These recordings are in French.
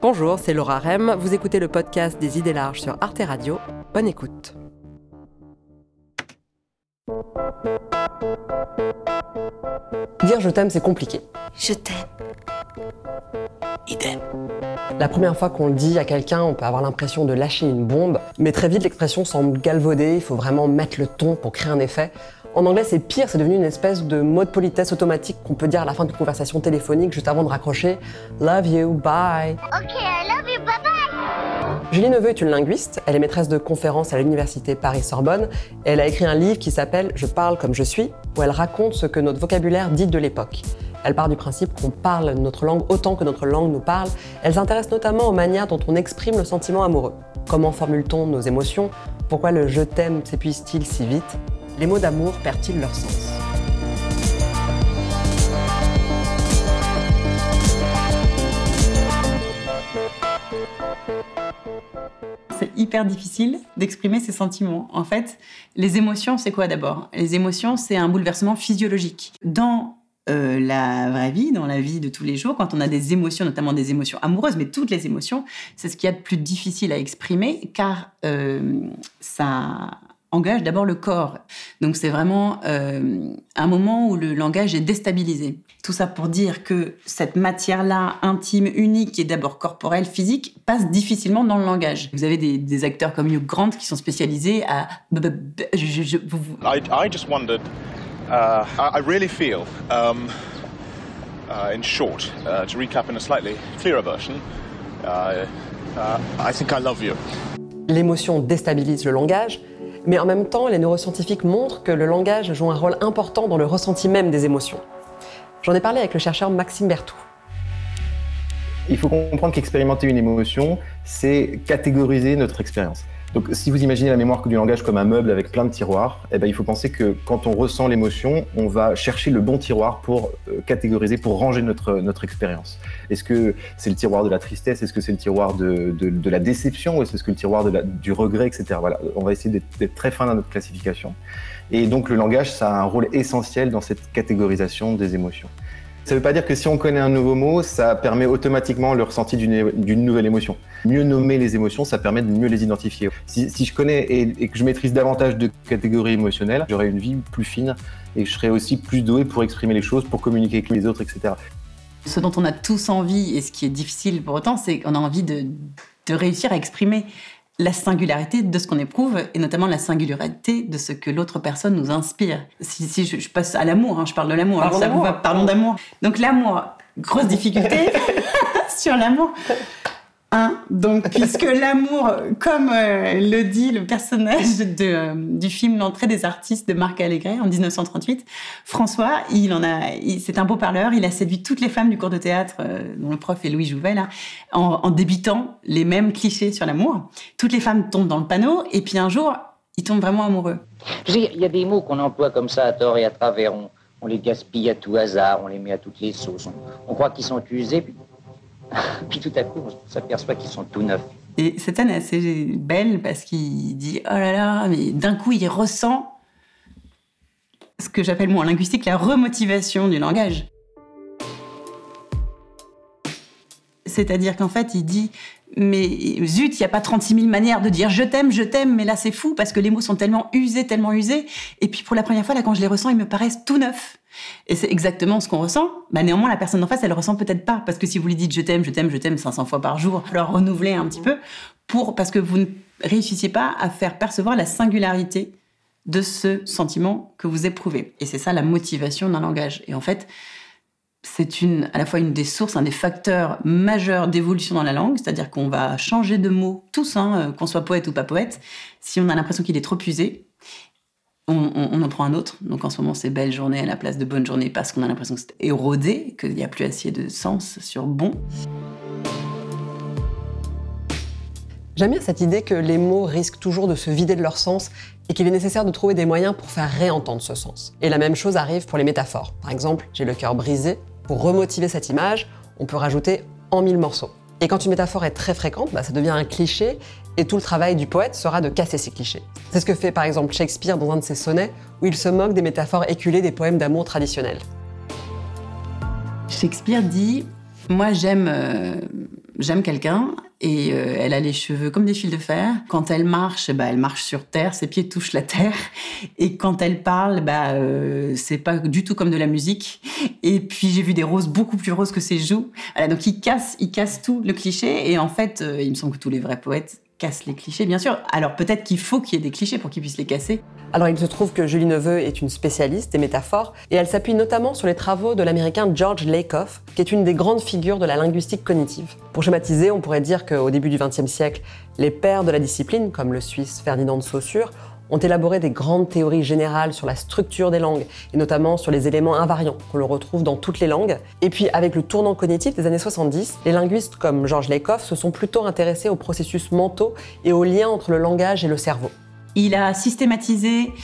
Bonjour, c'est Laura Rem. Vous écoutez le podcast des idées larges sur Arte Radio. Bonne écoute. Dire je t'aime, c'est compliqué. Je t'aime. Idem. La première fois qu'on le dit à quelqu'un, on peut avoir l'impression de lâcher une bombe, mais très vite l'expression semble galvaudée, il faut vraiment mettre le ton pour créer un effet. En anglais, c'est pire, c'est devenu une espèce de mot de politesse automatique qu'on peut dire à la fin d'une conversation téléphonique juste avant de raccrocher « Love you, bye ». Ok, I love you, bye bye. Julie Neveu est une linguiste, elle est maîtresse de conférences à l'université Paris-Sorbonne et elle a écrit un livre qui s'appelle « Je parle comme je suis » où elle raconte ce que notre vocabulaire dit de l'époque. Elle part du principe qu'on parle notre langue autant que notre langue nous parle. Elle s'intéresse notamment aux manières dont on exprime le sentiment amoureux. Comment formule-t-on nos émotions ? Pourquoi le « je t'aime » s'épuise-t-il si vite ? Les mots d'amour perdent-ils leur sens ? C'est hyper difficile d'exprimer ses sentiments. En fait, les émotions, c'est quoi d'abord ? Les émotions, c'est un bouleversement physiologique. Dans la vraie vie, dans la vie de tous les jours, quand on a des émotions, notamment des émotions amoureuses, mais toutes les émotions, c'est ce qu'il y a de plus difficile à exprimer, car ça engage d'abord le corps. Donc c'est vraiment un moment où le langage est déstabilisé. Tout ça pour dire que cette matière-là, intime, unique, qui est d'abord corporelle, physique, passe difficilement dans le langage. Vous avez des acteurs comme Hugh Grant qui sont spécialisés à... I just wondered, I really feel, in short, to recap in a slightly clearer version, I think I love you. L'émotion déstabilise le langage, mais en même temps, les neuroscientifiques montrent que le langage joue un rôle important dans le ressenti même des émotions. J'en ai parlé avec le chercheur Maxime Berthoud. Il faut comprendre qu'expérimenter une émotion, c'est catégoriser notre expérience. Donc, si vous imaginez la mémoire du langage comme un meuble avec plein de tiroirs, il faut penser que quand on ressent l'émotion, on va chercher le bon tiroir pour catégoriser, pour ranger notre expérience. Est-ce que c'est le tiroir de la tristesse ? Est-ce que c'est le tiroir de la déception ? Ou est-ce que c'est le tiroir du regret, etc. Voilà, on va essayer d'être très fin dans notre classification. Et donc, le langage, ça a un rôle essentiel dans cette catégorisation des émotions. Ça ne veut pas dire que si on connaît un nouveau mot, ça permet automatiquement le ressenti d'une nouvelle émotion. Mieux nommer les émotions, ça permet de mieux les identifier. Si je connais et que je maîtrise davantage de catégories émotionnelles, j'aurai une vie plus fine et je serai aussi plus doué pour exprimer les choses, pour communiquer avec les autres, etc. Ce dont on a tous envie, et ce qui est difficile pour autant, c'est qu'on a envie de réussir à exprimer la singularité de ce qu'on éprouve, et notamment la singularité de ce que l'autre personne nous inspire. Si je passe à l'amour, je parle de l'amour. Parlons d'amour. Donc l'amour, grosse difficulté sur l'amour. Donc, puisque l'amour, comme le dit le personnage du film L'entrée des artistes de Marc Allégret en 1938, François, c'est un beau parleur, il a séduit toutes les femmes du cours de théâtre, dont le prof est Louis Jouvet, là, en débitant les mêmes clichés sur l'amour. Toutes les femmes tombent dans le panneau, et puis un jour, ils tombent vraiment amoureux. Il y a des mots qu'on emploie comme ça à tort et à travers, on les gaspille à tout hasard, on les met à toutes les sauces, on croit qu'ils sont usés, puis tout à coup, on s'aperçoit qu'ils sont tout neufs. Et cette scène est assez belle parce qu'il dit « Oh là là », mais d'un coup, il ressent ce que j'appelle, moi, en linguistique, la remotivation du langage. C'est-à-dire qu'en fait, il dit « Mais zut, il n'y a pas 36 000 manières de dire « je t'aime », mais là, c'est fou parce que les mots sont tellement usés. Et puis, pour la première fois, là, quand je les ressens, ils me paraissent tout neufs. » Et c'est exactement ce qu'on ressent. Néanmoins, la personne en face, elle le ressent peut-être pas. Parce que si vous lui dites « je t'aime » 500 fois par jour, alors renouveler un petit peu parce que vous ne réussissiez pas à faire percevoir la singularité de ce sentiment que vous éprouvez. Et c'est ça la motivation d'un langage. Et en fait, c'est à la fois une des sources, un des facteurs majeurs d'évolution dans la langue, c'est-à-dire qu'on va changer de mots, tous, qu'on soit poète ou pas poète, si on a l'impression qu'il est trop usé. On en prend un autre. Donc en ce moment, c'est belle journée à la place de bonne journée parce qu'on a l'impression que c'est érodé, qu'il n'y a plus assez de sens sur bon. J'aime bien cette idée que les mots risquent toujours de se vider de leur sens et qu'il est nécessaire de trouver des moyens pour faire réentendre ce sens. Et la même chose arrive pour les métaphores. Par exemple, j'ai le cœur brisé. Pour remotiver cette image, on peut rajouter en 1000 morceaux. Et quand une métaphore est très fréquente, ça devient un cliché et tout le travail du poète sera de casser ces clichés. C'est ce que fait par exemple Shakespeare dans un de ses sonnets où il se moque des métaphores éculées des poèmes d'amour traditionnels. Shakespeare dit « Moi j'aime J'aime quelqu'un et elle a les cheveux comme des fils de fer. Quand elle marche sur terre, ses pieds touchent la terre. Et quand elle parle, c'est pas du tout comme de la musique. Et puis j'ai vu des roses beaucoup plus roses que ses joues. Voilà, donc il casse tout le cliché. Et en fait, il me semble que tous les vrais poètes cassent les clichés, bien sûr. Alors peut-être qu'il faut qu'il y ait des clichés pour qu'ils puissent les casser. Alors il se trouve que Julie Neveu est une spécialiste des métaphores et elle s'appuie notamment sur les travaux de l'américain George Lakoff, qui est une des grandes figures de la linguistique cognitive. Pour schématiser, on pourrait dire qu'au début du XXe siècle, les pères de la discipline, comme le Suisse Ferdinand de Saussure, ont élaboré des grandes théories générales sur la structure des langues, et notamment sur les éléments invariants qu'on le retrouve dans toutes les langues. Et puis, avec le tournant cognitif des années 70, les linguistes comme George Lakoff se sont plutôt intéressés aux processus mentaux et aux liens entre le langage et le cerveau. Il a systématisé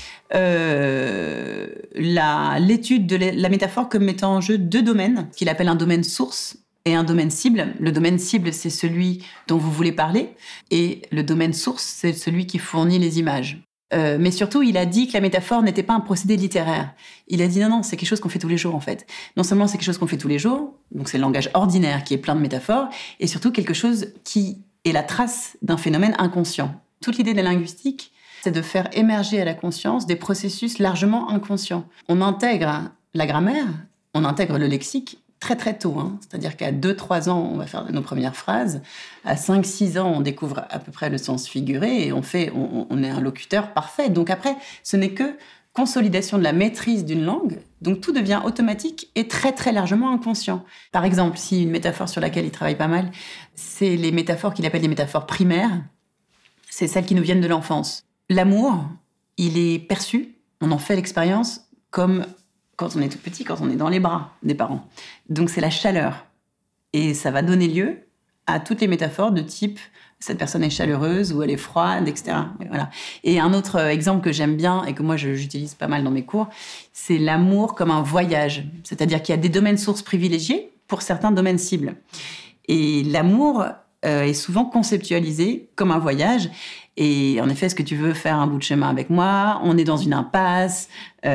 l'étude de la métaphore comme mettant en jeu 2 domaines, qu'il appelle un domaine source et un domaine cible. Le domaine cible, c'est celui dont vous voulez parler, et le domaine source, c'est celui qui fournit les images. Mais surtout, il a dit que la métaphore n'était pas un procédé littéraire. Il a dit non, c'est quelque chose qu'on fait tous les jours en fait. Non seulement c'est quelque chose qu'on fait tous les jours, donc c'est le langage ordinaire qui est plein de métaphores, et surtout quelque chose qui est la trace d'un phénomène inconscient. Toute l'idée de la linguistique, c'est de faire émerger à la conscience des processus largement inconscients. On intègre la grammaire, on intègre le lexique très très tôt. C'est-à-dire qu'à 2-3 ans, on va faire nos premières phrases. À 5-6 ans, on découvre à peu près le sens figuré et on est un locuteur parfait. Donc après, ce n'est que consolidation de la maîtrise d'une langue. Donc tout devient automatique et très très largement inconscient. Par exemple, si une métaphore sur laquelle il travaille pas mal, c'est les métaphores qu'il appelle les métaphores primaires. C'est celles qui nous viennent de l'enfance. L'amour, il est perçu, on en fait l'expérience comme quand on est tout petit, quand on est dans les bras des parents. Donc c'est la chaleur. Et ça va donner lieu à toutes les métaphores de type « cette personne est chaleureuse » ou « elle est froide », etc. Et voilà. Et un autre exemple que j'aime bien et que moi j'utilise pas mal dans mes cours, c'est l'amour comme un voyage. C'est-à-dire qu'il y a des domaines sources privilégiés pour certains domaines cibles. Et l'amour est souvent conceptualisé comme un voyage. Et en effet, est-ce que tu veux faire un bout de chemin avec moi ? On est dans une impasse.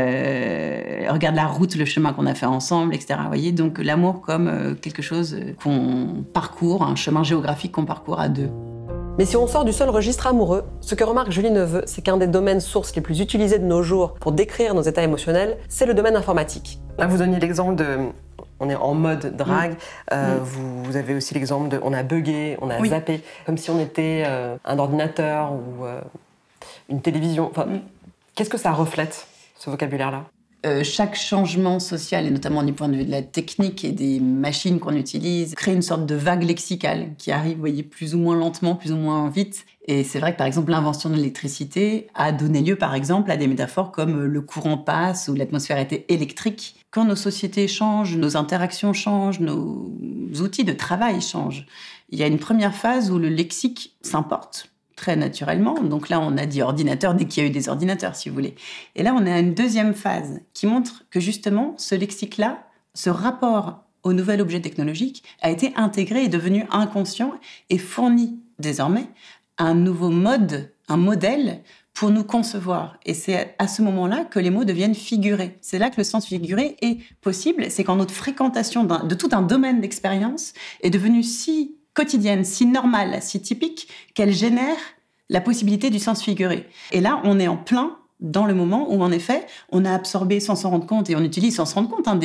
Regarde la route, le chemin qu'on a fait ensemble, etc. Vous voyez, donc l'amour comme quelque chose qu'on parcourt, un chemin géographique qu'on parcourt à 2. Mais si on sort du seul registre amoureux, ce que remarque Julie Neveu, c'est qu'un des domaines sources les plus utilisés de nos jours pour décrire nos états émotionnels, c'est le domaine informatique. Là, vous donniez l'exemple de... On est en mode drague. Vous avez aussi l'exemple de... On a bugué, on a zappé, comme si on était un ordinateur ou une télévision. Enfin, qu'est-ce que ça reflète, ce vocabulaire-là ? Chaque changement social, et notamment du point de vue de la technique et des machines qu'on utilise, crée une sorte de vague lexicale qui arrive, vous voyez, plus ou moins lentement, plus ou moins vite. Et c'est vrai que, par exemple, l'invention de l'électricité a donné lieu, par exemple, à des métaphores comme le courant passe ou l'atmosphère était électrique. Quand nos sociétés changent, nos interactions changent, nos outils de travail changent, il y a une première phase où le lexique s'importe très naturellement. Donc là, on a dit ordinateur dès qu'il y a eu des ordinateurs, si vous voulez. Et là, on a une deuxième phase qui montre que justement, ce lexique-là, ce rapport au nouvel objet technologique a été intégré et devenu inconscient et fournit désormais un nouveau mode, un modèle pour nous concevoir. Et c'est à ce moment-là que les mots deviennent figurés. C'est là que le sens figuré est possible. C'est quand notre fréquentation de tout un domaine d'expérience est devenue si quotidienne, si normale, si typique, qu'elle génère la possibilité du sens figuré. Et là, on est en plein dans le moment où, en effet, on a absorbé sans s'en rendre compte, et on utilise sans se rendre compte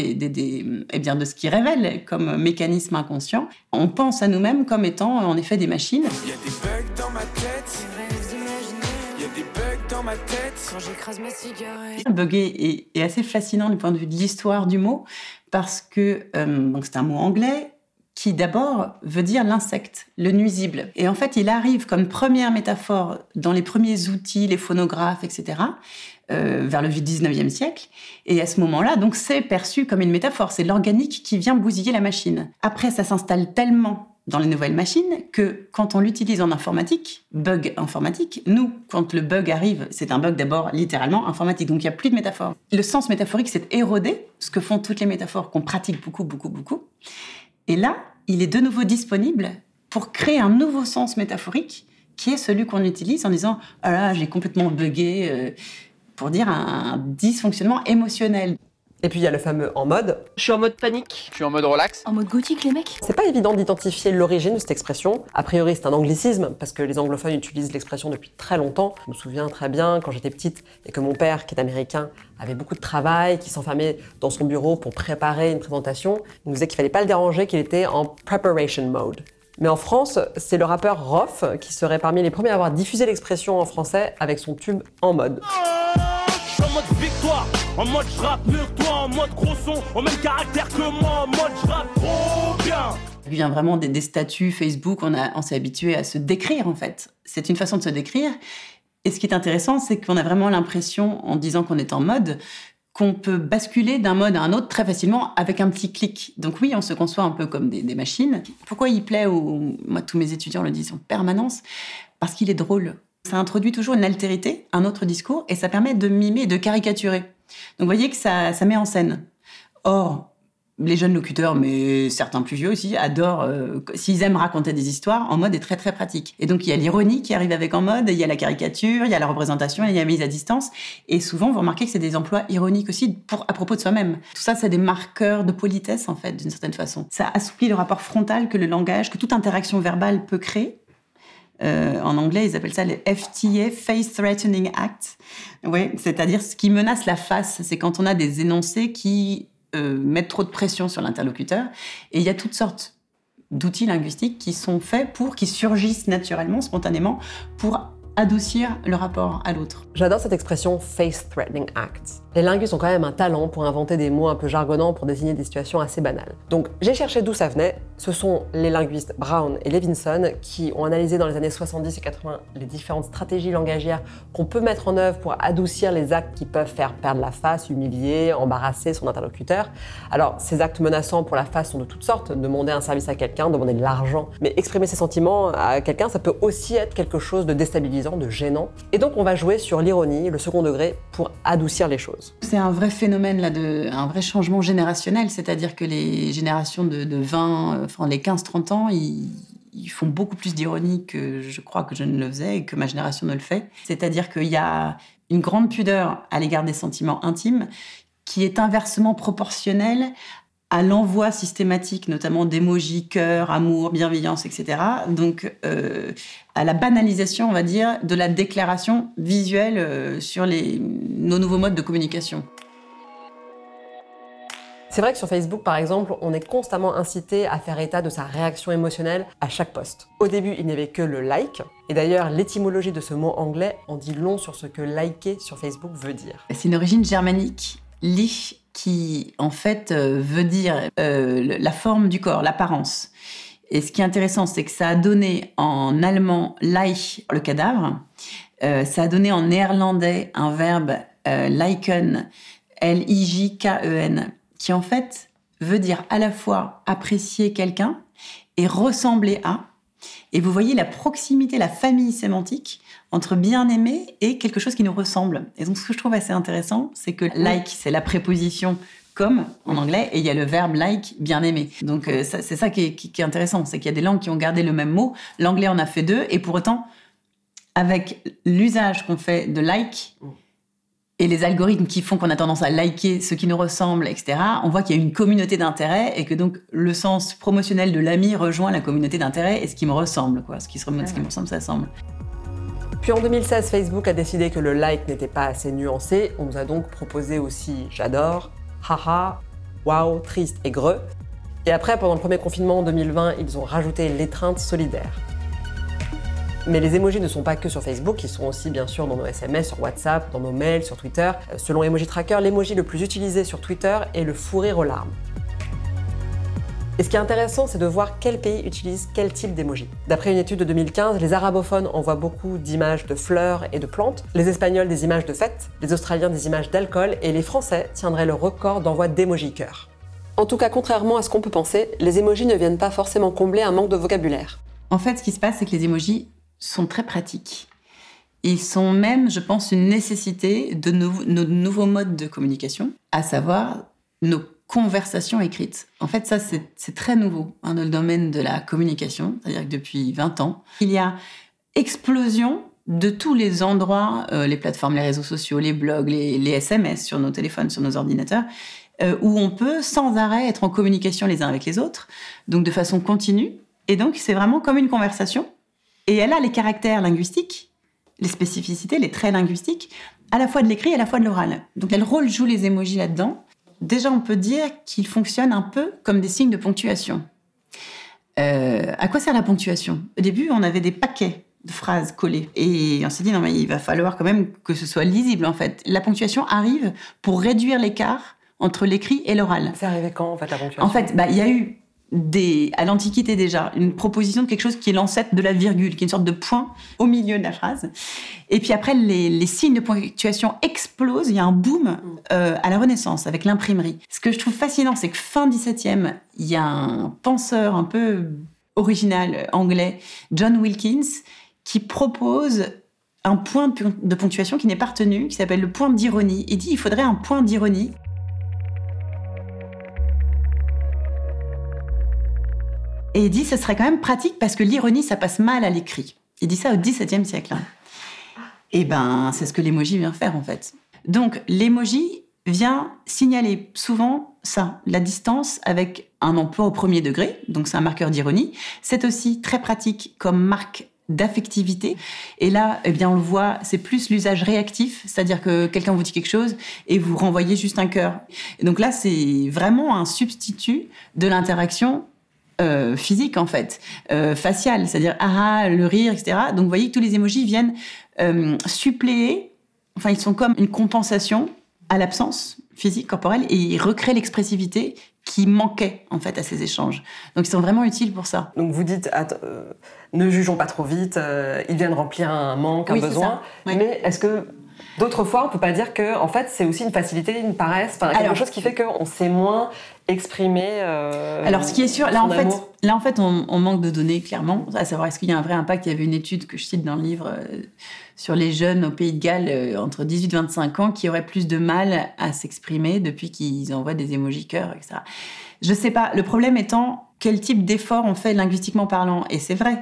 de ce qui révèle comme mécanisme inconscient. On pense à nous-mêmes comme étant, en effet, des machines. Il y a des bugs dans ma tête. Il y a des bugs dans ma tête quand j'écrase ma cigarette. Bugger est assez fascinant du point de vue de l'histoire du mot, parce que donc c'est un mot anglais qui d'abord veut dire l'insecte, le nuisible. Et en fait, il arrive comme première métaphore dans les premiers outils, les phonographes, etc., vers le 19e siècle. Et à ce moment-là, donc, c'est perçu comme une métaphore. C'est l'organique qui vient bousiller la machine. Après, ça s'installe tellement dans les nouvelles machines que quand on l'utilise en informatique, bug informatique, nous, quand le bug arrive, c'est un bug d'abord littéralement informatique. Donc, il n'y a plus de métaphore. Le sens métaphorique s'est érodé, ce que font toutes les métaphores qu'on pratique beaucoup, beaucoup, beaucoup. Et là, il est de nouveau disponible pour créer un nouveau sens métaphorique qui est celui qu'on utilise en disant « Ah là, j'ai complètement bugué », pour dire un dysfonctionnement émotionnel. Et puis il y a le fameux en mode. Je suis en mode panique. Je suis en mode relax. En mode gothique, les mecs. C'est pas évident d'identifier l'origine de cette expression. A priori, c'est un anglicisme, parce que les anglophones utilisent l'expression depuis très longtemps. Je me souviens très bien, quand j'étais petite, et que mon père, qui est américain, avait beaucoup de travail, qui s'enfermait dans son bureau pour préparer une présentation. Il nous disait qu'il fallait pas le déranger, qu'il était en preparation mode. Mais en France, c'est le rappeur Rof qui serait parmi les premiers à avoir diffusé l'expression en français avec son tube en mode. Je suis en mode victoire, en mode je rappe mieux que toi, en mode gros son, au même caractère que moi, en mode je rappe trop bien. Il vient vraiment des statuts Facebook, on s'est habitué à se décrire en fait. C'est une façon de se décrire. Et ce qui est intéressant, c'est qu'on a vraiment l'impression, en disant qu'on est en mode, qu'on peut basculer d'un mode à un autre très facilement avec un petit clic. Donc oui, on se conçoit un peu comme des machines. Pourquoi il plaît moi, tous mes étudiants le disent en permanence, parce qu'il est drôle. Ça introduit toujours une altérité, un autre discours, et ça permet de mimer et de caricaturer. Donc vous voyez que ça met en scène. Or, les jeunes locuteurs, mais certains plus vieux aussi, adorent, s'ils aiment raconter des histoires, en mode est très très pratique. Et donc il y a l'ironie qui arrive avec en mode, il y a la caricature, il y a la représentation, il y a la mise à distance. Et souvent, vous remarquez que c'est des emplois ironiques aussi à propos de soi-même. Tout ça, c'est des marqueurs de politesse, en fait, d'une certaine façon. Ça assouplit le rapport frontal que le langage, que toute interaction verbale peut créer. En anglais, ils appellent ça les FTA, Face Threatening Act. Oui, c'est-à-dire ce qui menace la face. C'est quand on a des énoncés qui mettent trop de pression sur l'interlocuteur. Et il y a toutes sortes d'outils linguistiques qui sont faits qui surgissent naturellement, spontanément, pour adoucir le rapport à l'autre. J'adore cette expression « face threatening act ». Les linguistes ont quand même un talent pour inventer des mots un peu jargonnants pour désigner des situations assez banales. Donc j'ai cherché d'où ça venait. Ce sont les linguistes Brown et Levinson qui ont analysé dans les années 70 et 80 les différentes stratégies langagières qu'on peut mettre en œuvre pour adoucir les actes qui peuvent faire perdre la face, humilier, embarrasser son interlocuteur. Alors ces actes menaçants pour la face sont de toutes sortes. Demander un service à quelqu'un, demander de l'argent. Mais exprimer ses sentiments à quelqu'un, ça peut aussi être quelque chose de déstabilisant, de gênant. Et donc on va jouer sur l'ironie, le second degré, pour adoucir les choses. C'est un vrai phénomène, un vrai changement générationnel, c'est-à-dire que les générations de 20, les 15-30 ans, ils font beaucoup plus d'ironie que je crois que je ne le faisais et que ma génération ne le fait. C'est-à-dire qu'il y a une grande pudeur à l'égard des sentiments intimes qui est inversement proportionnelle à l'envoi systématique, notamment d'émojis, cœur, amour, bienveillance, etc. Donc, à la banalisation, on va dire, de la déclaration visuelle sur nos nouveaux modes de communication. C'est vrai que sur Facebook, par exemple, on est constamment incité à faire état de sa réaction émotionnelle à chaque post. Au début, il n'y avait que le like. Et d'ailleurs, l'étymologie de ce mot anglais en dit long sur ce que liker sur Facebook veut dire. C'est une origine germanique, lich, qui en fait veut dire la forme du corps, l'apparence. Et ce qui est intéressant, c'est que ça a donné en allemand « Leich », le cadavre. Ça a donné en néerlandais un verbe « liken », L-I-J-K-E-N, qui en fait veut dire à la fois apprécier quelqu'un et ressembler à. Et vous voyez la proximité, la famille sémantique entre bien-aimé et quelque chose qui nous ressemble. Et donc ce que je trouve assez intéressant, c'est que « like », c'est la préposition « comme » en anglais, et il y a le verbe « like », bien-aimé. Donc c'est ça qui est intéressant, c'est qu'il y a des langues qui ont gardé le même mot, l'anglais en a fait deux, et pour autant, avec l'usage qu'on fait de « like », et les algorithmes qui font qu'on a tendance à liker ce qui nous ressemble, etc., on voit qu'il y a une communauté d'intérêt et que donc le sens promotionnel de l'ami rejoint la communauté d'intérêt et ce qui me ressemble, quoi. Ce qui me ressemble, ça semble. Puis en 2016, Facebook a décidé que le like n'était pas assez nuancé. On nous a donc proposé aussi « j'adore »,« haha »,« waouh »,« triste » et « greu ». Et après, pendant le premier confinement en 2020, ils ont rajouté l'étreinte solidaire. Mais les emojis ne sont pas que sur Facebook, ils sont aussi bien sûr dans nos SMS, sur WhatsApp, dans nos mails, sur Twitter. Selon Emoji Tracker, l'emoji le plus utilisé sur Twitter est le fou rire aux larmes. Et ce qui est intéressant, c'est de voir quel pays utilise quel type d'emoji. D'après une étude de 2015, les arabophones envoient beaucoup d'images de fleurs et de plantes, les espagnols des images de fêtes, les australiens des images d'alcool, et les français tiendraient le record d'envoi d'emoji cœur. En tout cas, contrairement à ce qu'on peut penser, les emojis ne viennent pas forcément combler un manque de vocabulaire. En fait, ce qui se passe, c'est que les emojis sont très pratiques. Ils sont même, je pense, une nécessité de nos nouveaux modes de communication, à savoir nos conversations écrites. En fait, ça, c'est très nouveau dans le domaine de la communication, c'est-à-dire que depuis 20 ans, il y a explosion de tous les endroits, les plateformes, les réseaux sociaux, les blogs, les SMS sur nos téléphones, sur nos ordinateurs, où on peut sans arrêt être en communication les uns avec les autres, donc de façon continue. Et donc, c'est vraiment comme une conversation. Et elle a les caractères linguistiques, les spécificités, les traits linguistiques, à la fois de l'écrit et à la fois de l'oral. Donc, quel rôle jouent les émojis là-dedans ? Déjà, on peut dire qu'ils fonctionnent un peu comme des signes de ponctuation. À quoi sert la ponctuation ? Au début, on avait des paquets de phrases collées. Et on s'est dit, non, mais il va falloir quand même que ce soit lisible, en fait. La ponctuation arrive pour réduire l'écart entre l'écrit et l'oral. C'est arrivé quand, en fait, la ponctuation ? En fait, il y a eu à l'Antiquité déjà, une proposition de quelque chose qui est l'ancêtre de la virgule, qui est une sorte de point au milieu de la phrase. Et puis après, les signes de ponctuation explosent, il y a un boom à la Renaissance, avec l'imprimerie. Ce que je trouve fascinant, c'est que fin 17e, il y a un penseur un peu original anglais, John Wilkins, qui propose un point de ponctuation qui n'est pas retenu, qui s'appelle le point d'ironie. Il dit qu'il faudrait un point d'ironie. Et il dit que ce serait quand même pratique parce que l'ironie, ça passe mal à l'écrit. Il dit ça au XVIIe siècle. Et c'est ce que l'emoji vient faire, en fait. Donc, l'emoji vient signaler souvent ça, la distance avec un emploi au premier degré. Donc, c'est un marqueur d'ironie. C'est aussi très pratique comme marque d'affectivité. Et là, on le voit, c'est plus l'usage réactif, c'est-à-dire que quelqu'un vous dit quelque chose et vous renvoyez juste un cœur. Et donc là, c'est vraiment un substitut de l'interaction physique, en fait, faciale, c'est-à-dire le rire, etc. Donc, vous voyez que tous les émojis viennent suppléer, enfin, ils sont comme une compensation à l'absence physique, corporelle, et ils recréent l'expressivité qui manquait, en fait, à ces échanges. Donc, ils sont vraiment utiles pour ça. Donc, vous dites, ne jugeons pas trop vite, ils viennent remplir un manque, un besoin, oui. Mais est-ce que d'autres fois, on peut pas dire que, en fait, c'est aussi une facilité, une paresse, quelque chose qui fait qu'on sait moins exprimer. Alors, ce qui est sûr, là en fait, on manque de données clairement, à savoir est-ce qu'il y a un vrai impact. Il y avait une étude que je cite dans le livre sur les jeunes au Pays de Galles entre 18 et 25 ans qui auraient plus de mal à s'exprimer depuis qu'ils envoient des émojis cœur, etc. Je sais pas. Le problème étant quel type d'effort on fait linguistiquement parlant. Et c'est vrai.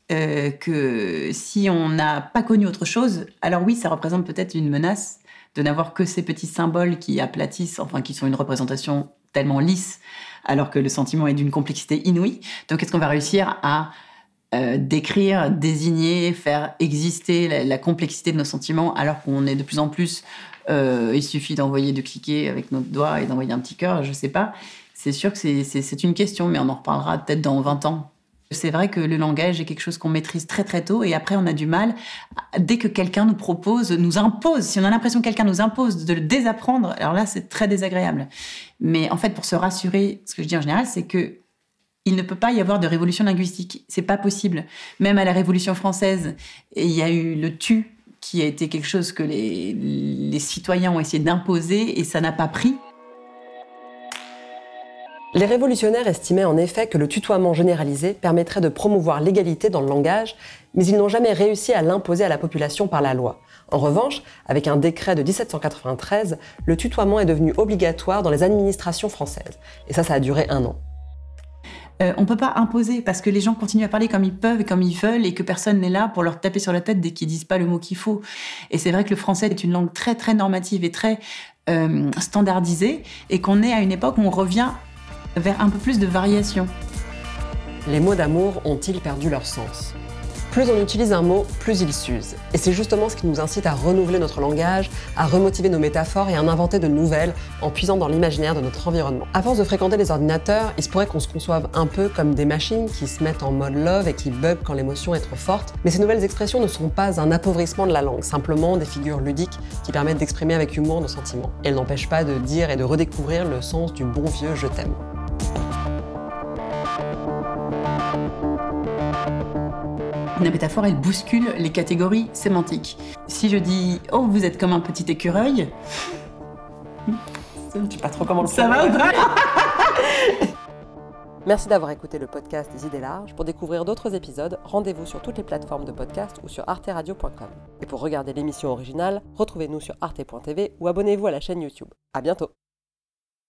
Que si on n'a pas connu autre chose, alors oui, ça représente peut-être une menace de n'avoir que ces petits symboles qui aplatissent, enfin qui sont une représentation tellement lisse, alors que le sentiment est d'une complexité inouïe. Donc est-ce qu'on va réussir à décrire, désigner, faire exister la complexité de nos sentiments, alors qu'on est de plus en plus... il suffit de cliquer avec notre doigt et d'envoyer un petit cœur, je sais pas. C'est sûr que c'est une question, mais on en reparlera peut-être dans 20 ans. C'est vrai que le langage est quelque chose qu'on maîtrise très très tôt et après on a du mal, dès que quelqu'un nous propose, nous impose, si on a l'impression que quelqu'un nous impose de le désapprendre, alors là c'est très désagréable. Mais en fait pour se rassurer, ce que je dis en général c'est que il ne peut pas y avoir de révolution linguistique, c'est pas possible. Même à la Révolution française, il y a eu le tu qui a été quelque chose que les citoyens ont essayé d'imposer et ça n'a pas pris. Les révolutionnaires estimaient en effet que le tutoiement généralisé permettrait de promouvoir l'égalité dans le langage, mais ils n'ont jamais réussi à l'imposer à la population par la loi. En revanche, avec un décret de 1793, le tutoiement est devenu obligatoire dans les administrations françaises. Et ça a duré 1 an. On ne peut pas imposer parce que les gens continuent à parler comme ils peuvent et comme ils veulent et que personne n'est là pour leur taper sur la tête dès qu'ils disent pas le mot qu'il faut. Et c'est vrai que le français est une langue très très normative et très standardisée et qu'on est à une époque où on revient vers un peu plus de variation. Les mots d'amour ont-ils perdu leur sens ? Plus on utilise un mot, plus il s'use. Et c'est justement ce qui nous incite à renouveler notre langage, à remotiver nos métaphores et à en inventer de nouvelles en puisant dans l'imaginaire de notre environnement. À force de fréquenter les ordinateurs, il se pourrait qu'on se conçoive un peu comme des machines qui se mettent en mode love et qui bug quand l'émotion est trop forte. Mais ces nouvelles expressions ne sont pas un appauvrissement de la langue, simplement des figures ludiques qui permettent d'exprimer avec humour nos sentiments. Et elles n'empêchent pas de dire et de redécouvrir le sens du bon vieux « je t'aime ». La métaphore, elle bouscule les catégories sémantiques. Si je dis « Oh, vous êtes comme un petit écureuil », je ne sais pas trop comment le ça va ou pas? Merci d'avoir écouté le podcast des Idées Larges. Pour découvrir d'autres épisodes, rendez-vous sur toutes les plateformes de podcast ou sur arteradio.com. Et pour regarder l'émission originale, retrouvez-nous sur arte.tv ou abonnez-vous à la chaîne YouTube. À bientôt.